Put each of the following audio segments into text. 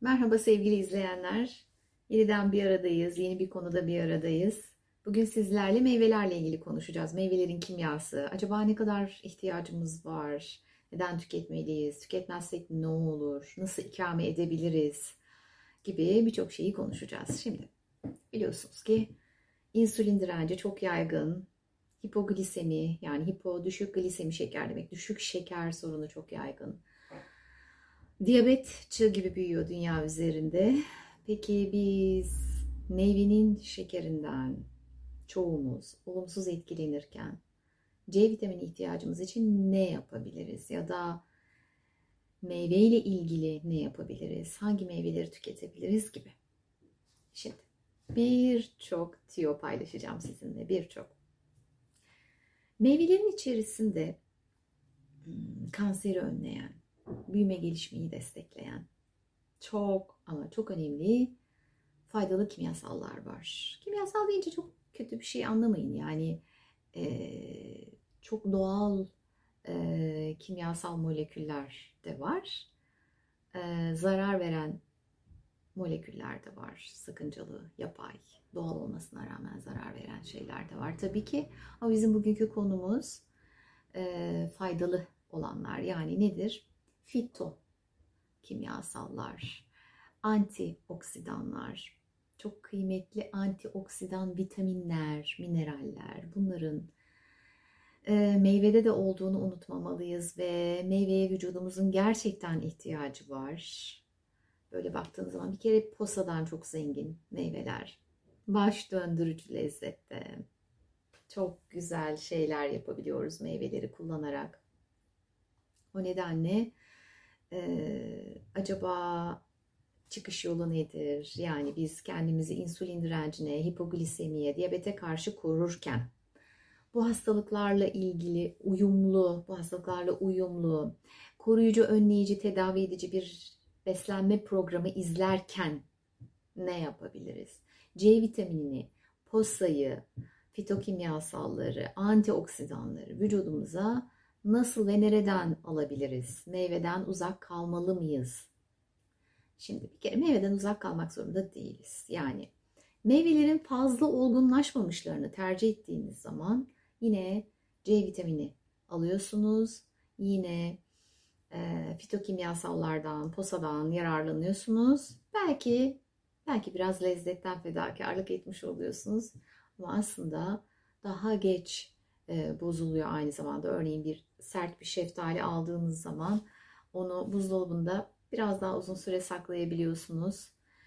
Merhaba sevgili izleyenler. Yeniden bir aradayız. Yeni bir konuda bir aradayız. Bugün sizlerle meyvelerle ilgili konuşacağız. Meyvelerin kimyası. Acaba ne kadar ihtiyacımız var? Neden tüketmeliyiz? Tüketmezsek ne olur? Nasıl ikame edebiliriz? Gibi birçok şeyi konuşacağız. Şimdi biliyorsunuz ki insülin direnci çok yaygın. Hipoglisemi yani düşük glisemi şeker demek. Düşük şeker sorunu çok yaygın. Diyabet çığ gibi büyüyor dünya üzerinde. Peki biz meyvenin şekerinden çoğumuz olumsuz etkilenirken C vitamini ihtiyacımız için ne yapabiliriz? Ya da meyve ile ilgili ne yapabiliriz? Hangi meyveleri tüketebiliriz gibi. Şimdi birçok tüyo paylaşacağım sizinle, birçok. Meyvelerin içerisinde kanseri önleyen, büyüme gelişmeyi destekleyen çok ama çok önemli faydalı kimyasallar var. Kimyasal deyince çok kötü bir şey anlamayın. Yani çok doğal kimyasal moleküller de var. Zarar veren moleküller de var. Sakıncalı, yapay, doğal olmasına rağmen zarar veren şeyler de var. Tabii ki ama bizim bugünkü konumuz faydalı olanlar. Yani nedir? Fito kimyasallar, antioksidanlar, çok kıymetli antioksidan vitaminler, mineraller, bunların meyvede de olduğunu unutmamalıyız ve meyveye vücudumuzun gerçekten ihtiyacı var. Böyle baktığınız zaman bir kere posadan çok zengin meyveler, baş döndürücü lezzette, çok güzel şeyler yapabiliyoruz meyveleri kullanarak. O nedenle acaba çıkış yolu nedir? Yani biz kendimizi insülin direncine, hipoglisemiye, diyabete karşı korurken bu hastalıklarla uyumlu, koruyucu, önleyici, tedavi edici bir beslenme programı izlerken ne yapabiliriz? C vitaminini, posayı, fitokimyasalları, antioksidanları vücudumuza nasıl ve nereden alabiliriz? Meyveden uzak kalmalı mıyız? Şimdi bir kere meyveden uzak kalmak zorunda değiliz. Yani meyvelerin fazla olgunlaşmamışlarını tercih ettiğiniz zaman yine C vitamini alıyorsunuz. Yine fitokimyasallardan, posadan yararlanıyorsunuz. Belki biraz lezzetten fedakarlık etmiş oluyorsunuz. Ama aslında daha geç bozuluyor aynı zamanda. Örneğin sert bir şeftali aldığınız zaman onu buzdolabında biraz daha uzun süre saklayabiliyorsunuz.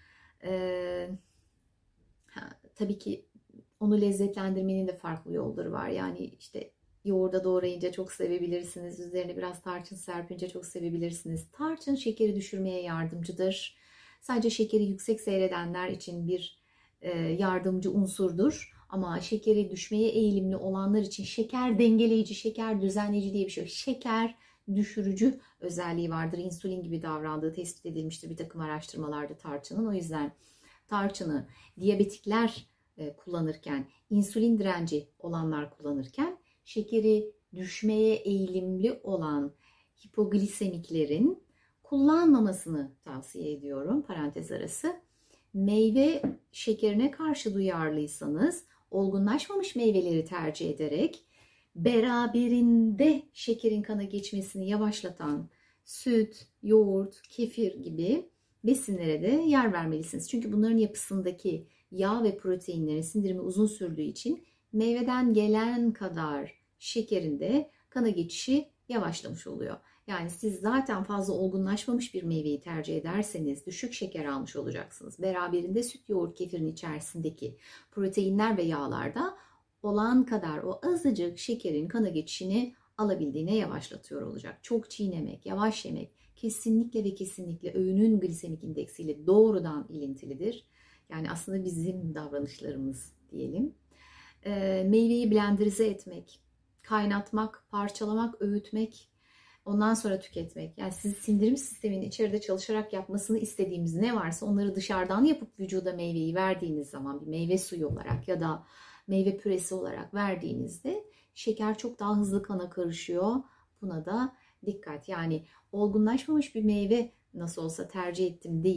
Tabii ki onu lezzetlendirmenin de farklı yolları var. Yani işte yoğurda doğrayınca çok sevebilirsiniz. Üzerine biraz tarçın serpince çok sevebilirsiniz. Tarçın şekeri düşürmeye yardımcıdır. Sadece şekeri yüksek seyredenler için bir yardımcı unsurdur. Ama şekeri düşmeye eğilimli olanlar için şeker dengeleyici, şeker düzenleyici diye bir şey yok. Şeker düşürücü özelliği vardır. İnsülin gibi davrandığı tespit edilmiştir bir takım araştırmalarda tarçının. O yüzden tarçını diyabetikler kullanırken, insülin direnci olanlar kullanırken, şekeri düşmeye eğilimli olan hipoglisemiklerin kullanmamasını tavsiye ediyorum. Parantez arası. Meyve şekerine karşı duyarlıysanız olgunlaşmamış meyveleri tercih ederek beraberinde şekerin kana geçmesini yavaşlatan süt, yoğurt, kefir gibi besinlere de yer vermelisiniz. Çünkü bunların yapısındaki yağ ve proteinlerin sindirimi uzun sürdüğü için meyveden gelen kadar şekerin de kana geçişi yavaşlamış oluyor. Yani siz zaten fazla olgunlaşmamış bir meyveyi tercih ederseniz düşük şeker almış olacaksınız. Beraberinde süt, yoğurt, kefirin içerisindeki proteinler ve yağlarda olan kadar o azıcık şekerin kana geçişini alabildiğine yavaşlatıyor olacak. Çok çiğnemek, yavaş yemek kesinlikle ve kesinlikle öğünün glisemik indeksiyle doğrudan ilintilidir. Yani aslında bizim davranışlarımız diyelim. Meyveyi blenderize etmek, kaynatmak, parçalamak, öğütmek, ondan sonra tüketmek. Yani siz sindirim sisteminin içeride çalışarak yapmasını istediğimiz ne varsa onları dışarıdan yapıp vücuda meyveyi verdiğiniz zaman bir meyve suyu olarak ya da meyve püresi olarak verdiğinizde şeker çok daha hızlı kana karışıyor. Buna da dikkat. Yani olgunlaşmamış bir meyve nasıl olsa tercih ettim deyip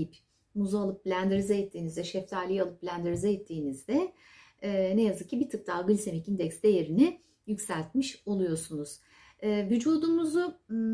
muzu alıp blenderize ettiğinizde, şeftaliyi alıp blenderize ettiğinizde ne yazık ki bir tık daha glisemik indeks değerini yükseltmiş oluyorsunuz. Vücudumuzu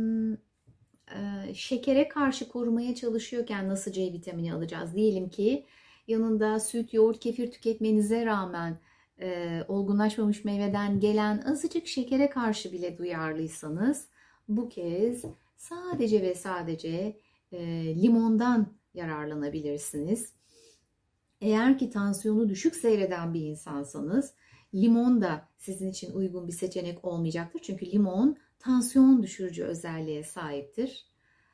şekere karşı korumaya çalışıyorken nasıl C vitamini alacağız? Diyelim ki yanında süt, yoğurt, kefir tüketmenize rağmen olgunlaşmamış meyveden gelen azıcık şekere karşı bile duyarlıysanız bu kez sadece ve sadece limondan yararlanabilirsiniz. Eğer ki tansiyonu düşük seyreden bir insansanız limon da sizin için uygun bir seçenek olmayacaktır. Çünkü limon tansiyon düşürücü özelliğe sahiptir.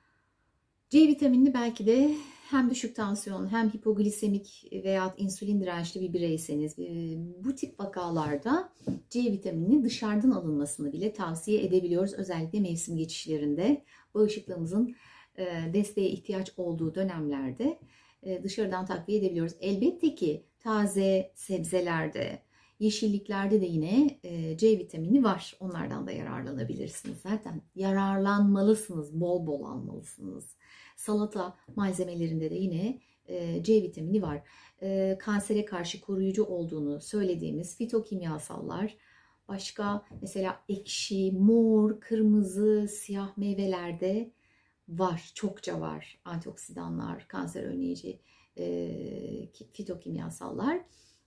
C vitaminini belki de hem düşük tansiyon hem hipoglisemik veya insülin dirençli bir bireyseniz bu tip vakalarda C vitamininin dışarıdan alınmasını bile tavsiye edebiliyoruz. Özellikle mevsim geçişlerinde bağışıklığımızın desteğe ihtiyaç olduğu dönemlerde dışarıdan takviye edebiliyoruz. Elbette ki taze sebzelerde, yeşilliklerde de yine C vitamini var. Onlardan da yararlanabilirsiniz. Zaten yararlanmalısınız, bol bol almalısınız. Salata malzemelerinde de yine C vitamini var. Kansere karşı koruyucu olduğunu söylediğimiz fitokimyasallar, başka mesela ekşi, mor, kırmızı, siyah meyvelerde var, çokça var. Antioksidanlar, kanser önleyici fitokimyasallar.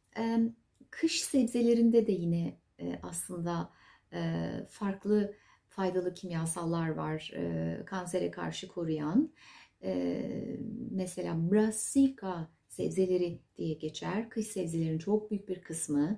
Kış sebzelerinde de yine aslında farklı faydalı kimyasallar var kansere karşı koruyan. Mesela brassica sebzeleri diye geçer. Kış sebzelerin çok büyük bir kısmı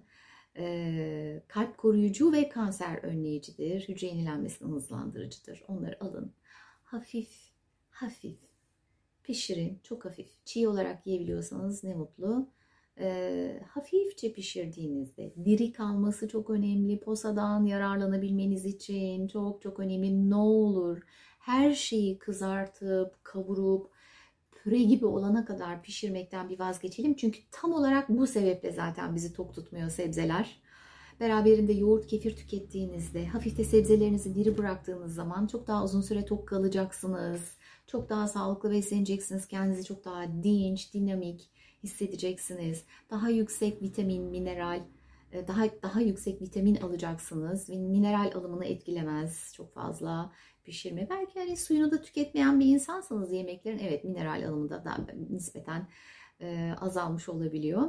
kalp koruyucu ve kanser önleyicidir. Hücre yenilenmesini hızlandırıcıdır. Onları alın. Hafif hafif pişirin. Çok hafif. Çiğ olarak yiyebiliyorsanız ne mutlu. Hafifçe pişirdiğinizde diri kalması çok önemli. Posadan yararlanabilmeniz için çok çok önemli. Ne olur her şeyi kızartıp kavurup püre gibi olana kadar pişirmekten bir vazgeçelim. Çünkü tam olarak bu sebeple zaten bizi tok tutmuyor sebzeler. Beraberinde yoğurt, kefir tükettiğinizde, hafif de sebzelerinizi diri bıraktığınız zaman çok daha uzun süre tok kalacaksınız. Çok daha sağlıklı besleneceksiniz. Kendinizi çok daha dinç, dinamik hissedeceksiniz. Daha yüksek vitamin, mineral, daha yüksek vitamin alacaksınız. Mineral alımını etkilemez çok fazla pişirme. Belki hani suyunu da tüketmeyen bir insansanız yemeklerin evet mineral alımında da nispeten azalmış olabiliyor.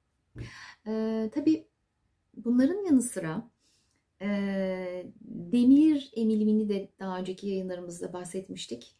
Tabii bunların yanı sıra demir emilimini de daha önceki yayınlarımızda bahsetmiştik.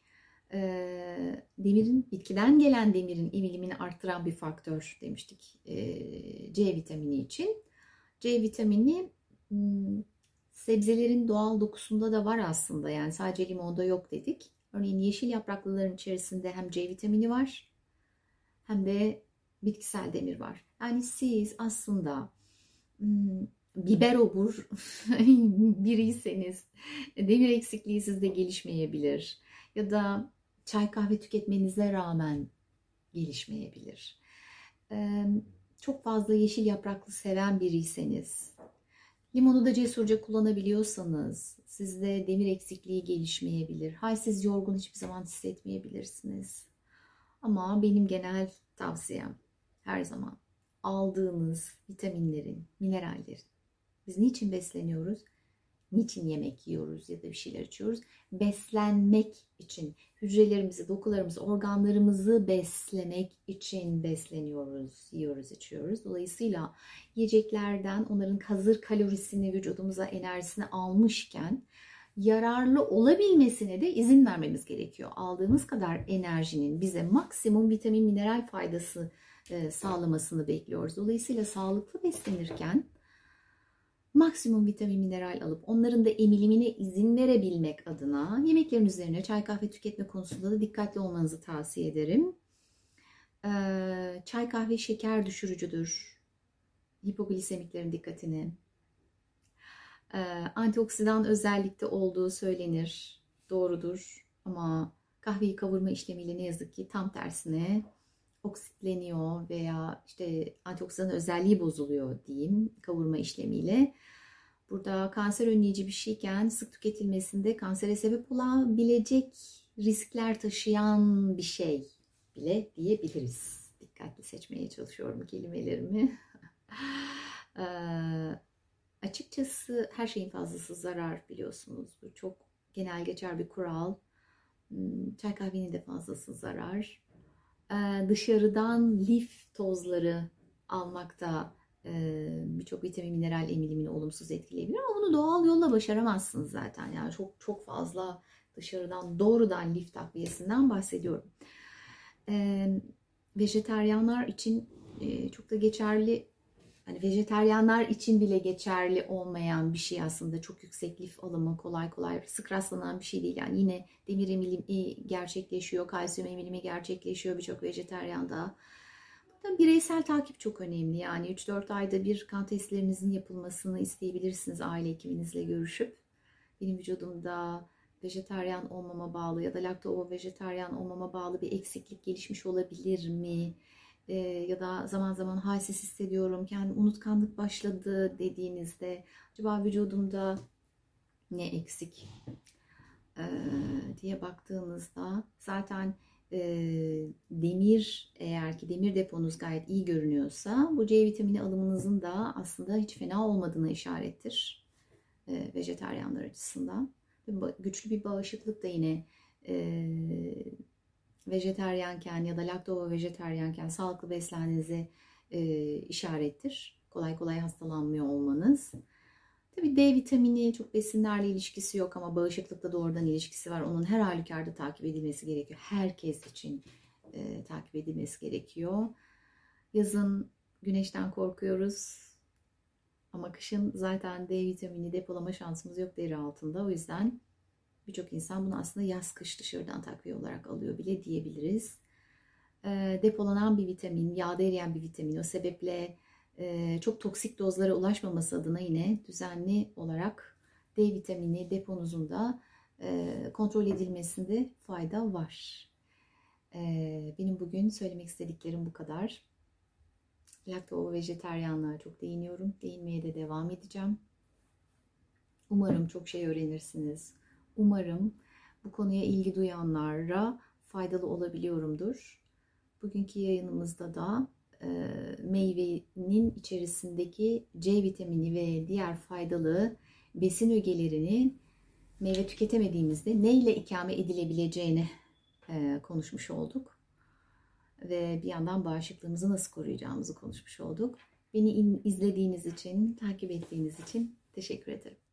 Bitkiden gelen demirin emilimini arttıran bir faktör demiştik C vitamini için. C vitamini sebzelerin doğal dokusunda da var aslında. Yani sadece limonda yok dedik. Örneğin yeşil yapraklıların içerisinde hem C vitamini var hem de bitkisel demir var. Yani siz aslında biber obur biriyseniz demir eksikliği sizde gelişmeyebilir. Ya da çay kahve tüketmenize rağmen gelişmeyebilir. Çok fazla yeşil yapraklı seven biriyseniz, limonu da cesurca kullanabiliyorsanız sizde demir eksikliği gelişmeyebilir. Halsiz, yorgun hiçbir zaman hissetmeyebilirsiniz. Ama benim genel tavsiyem her zaman aldığınız vitaminlerin, minerallerin. Biz niçin besleniyoruz? Niçin yemek yiyoruz ya da bir şeyler içiyoruz? Beslenmek için, hücrelerimizi, dokularımızı, organlarımızı beslemek için besleniyoruz, yiyoruz, içiyoruz. Dolayısıyla yiyeceklerden onların hazır kalorisini, vücudumuza enerjisini almışken yararlı olabilmesine de izin vermemiz gerekiyor. Aldığımız kadar enerjinin bize maksimum vitamin, mineral faydası sağlamasını bekliyoruz. Dolayısıyla sağlıklı beslenirken maksimum vitamin, mineral alıp onların da emilimine izin verebilmek adına yemeklerin üzerine çay kahve tüketme konusunda da dikkatli olmanızı tavsiye ederim. Çay kahve şeker düşürücüdür. Hipoglisemiklerin dikkatini. Antioksidan özellikte olduğu söylenir. Doğrudur. Ama kahveyi kavurma işlemiyle ne yazık ki tam tersine oksitleniyor veya işte antioksidan özelliği bozuluyor diyeyim kavurma işlemiyle. Burada kanser önleyici bir şeyken sık tüketilmesinde kansere sebep olabilecek riskler taşıyan bir şey bile diyebiliriz. Dikkatli seçmeye çalışıyorum kelimelerimi. Açıkçası her şeyin fazlası zarar, biliyorsunuz. Bu çok genel geçer bir kural. Çay kahvenin de fazlası zarar. Dışarıdan lif tozları almak da birçok vitamin mineral emilimini olumsuz etkileyebilir ama bunu doğal yolla başaramazsınız zaten. Yani çok çok fazla dışarıdan doğrudan lif takviyesinden bahsediyorum. Vejeteryanlar için çok da geçerli, hani vejeteryanlar için bile geçerli olmayan bir şey aslında. Çok yüksek lif alımı kolay kolay sık rastlanan bir şey değil. Yani yine demir emilimi gerçekleşiyor, kalsiyum emilimi gerçekleşiyor birçok vejetaryanda. Burada bireysel takip çok önemli. Yani 3-4 ayda bir kan testlerinizin yapılmasını isteyebilirsiniz aile hekiminizle görüşüp. Benim vücudumda vejetaryen olmama bağlı ya da lakto vejetaryen olmama bağlı bir eksiklik gelişmiş olabilir mi? Ya da zaman zaman halsiz hissediyorum, kendim unutkanlık başladı dediğinizde acaba vücudumda ne eksik diye baktığınızda zaten demir, eğer ki demir deponuz gayet iyi görünüyorsa bu C vitamini alımınızın da aslında hiç fena olmadığına işarettir vejetaryenler açısından. Güçlü bir bağışıklık da yine vejeteryanken ya da lakto vejeteryanken sağlıklı beslendiğinize işarettir. Kolay kolay hastalanmıyor olmanız. Tabii D vitamini çok besinlerle ilişkisi yok ama bağışıklıkla doğrudan ilişkisi var. Onun her halükarda takip edilmesi gerekiyor. Herkes için takip edilmesi gerekiyor. Yazın güneşten korkuyoruz. Ama kışın zaten D vitamini depolama şansımız yok deri altında. O yüzden birçok insan bunu aslında yaz kış dışarıdan takviye olarak alıyor bile diyebiliriz. Depolanan bir vitamin, yağda eriyen bir vitamin. O sebeple çok toksik dozlara ulaşmaması adına yine düzenli olarak D vitamini deponuzun da kontrol edilmesinde fayda var. Benim bugün söylemek istediklerim bu kadar. Lakto vejetaryenliğe çok değiniyorum. Değinmeye de devam edeceğim. Umarım çok şey öğrenirsiniz. Umarım bu konuya ilgi duyanlara faydalı olabiliyorumdur. Bugünkü yayınımızda da meyvenin içerisindeki C vitamini ve diğer faydalı besin ögelerini meyve tüketemediğimizde neyle ikame edilebileceğini konuşmuş olduk. Ve bir yandan bağışıklığımızı nasıl koruyacağımızı konuşmuş olduk. Beni izlediğiniz için, takip ettiğiniz için teşekkür ederim.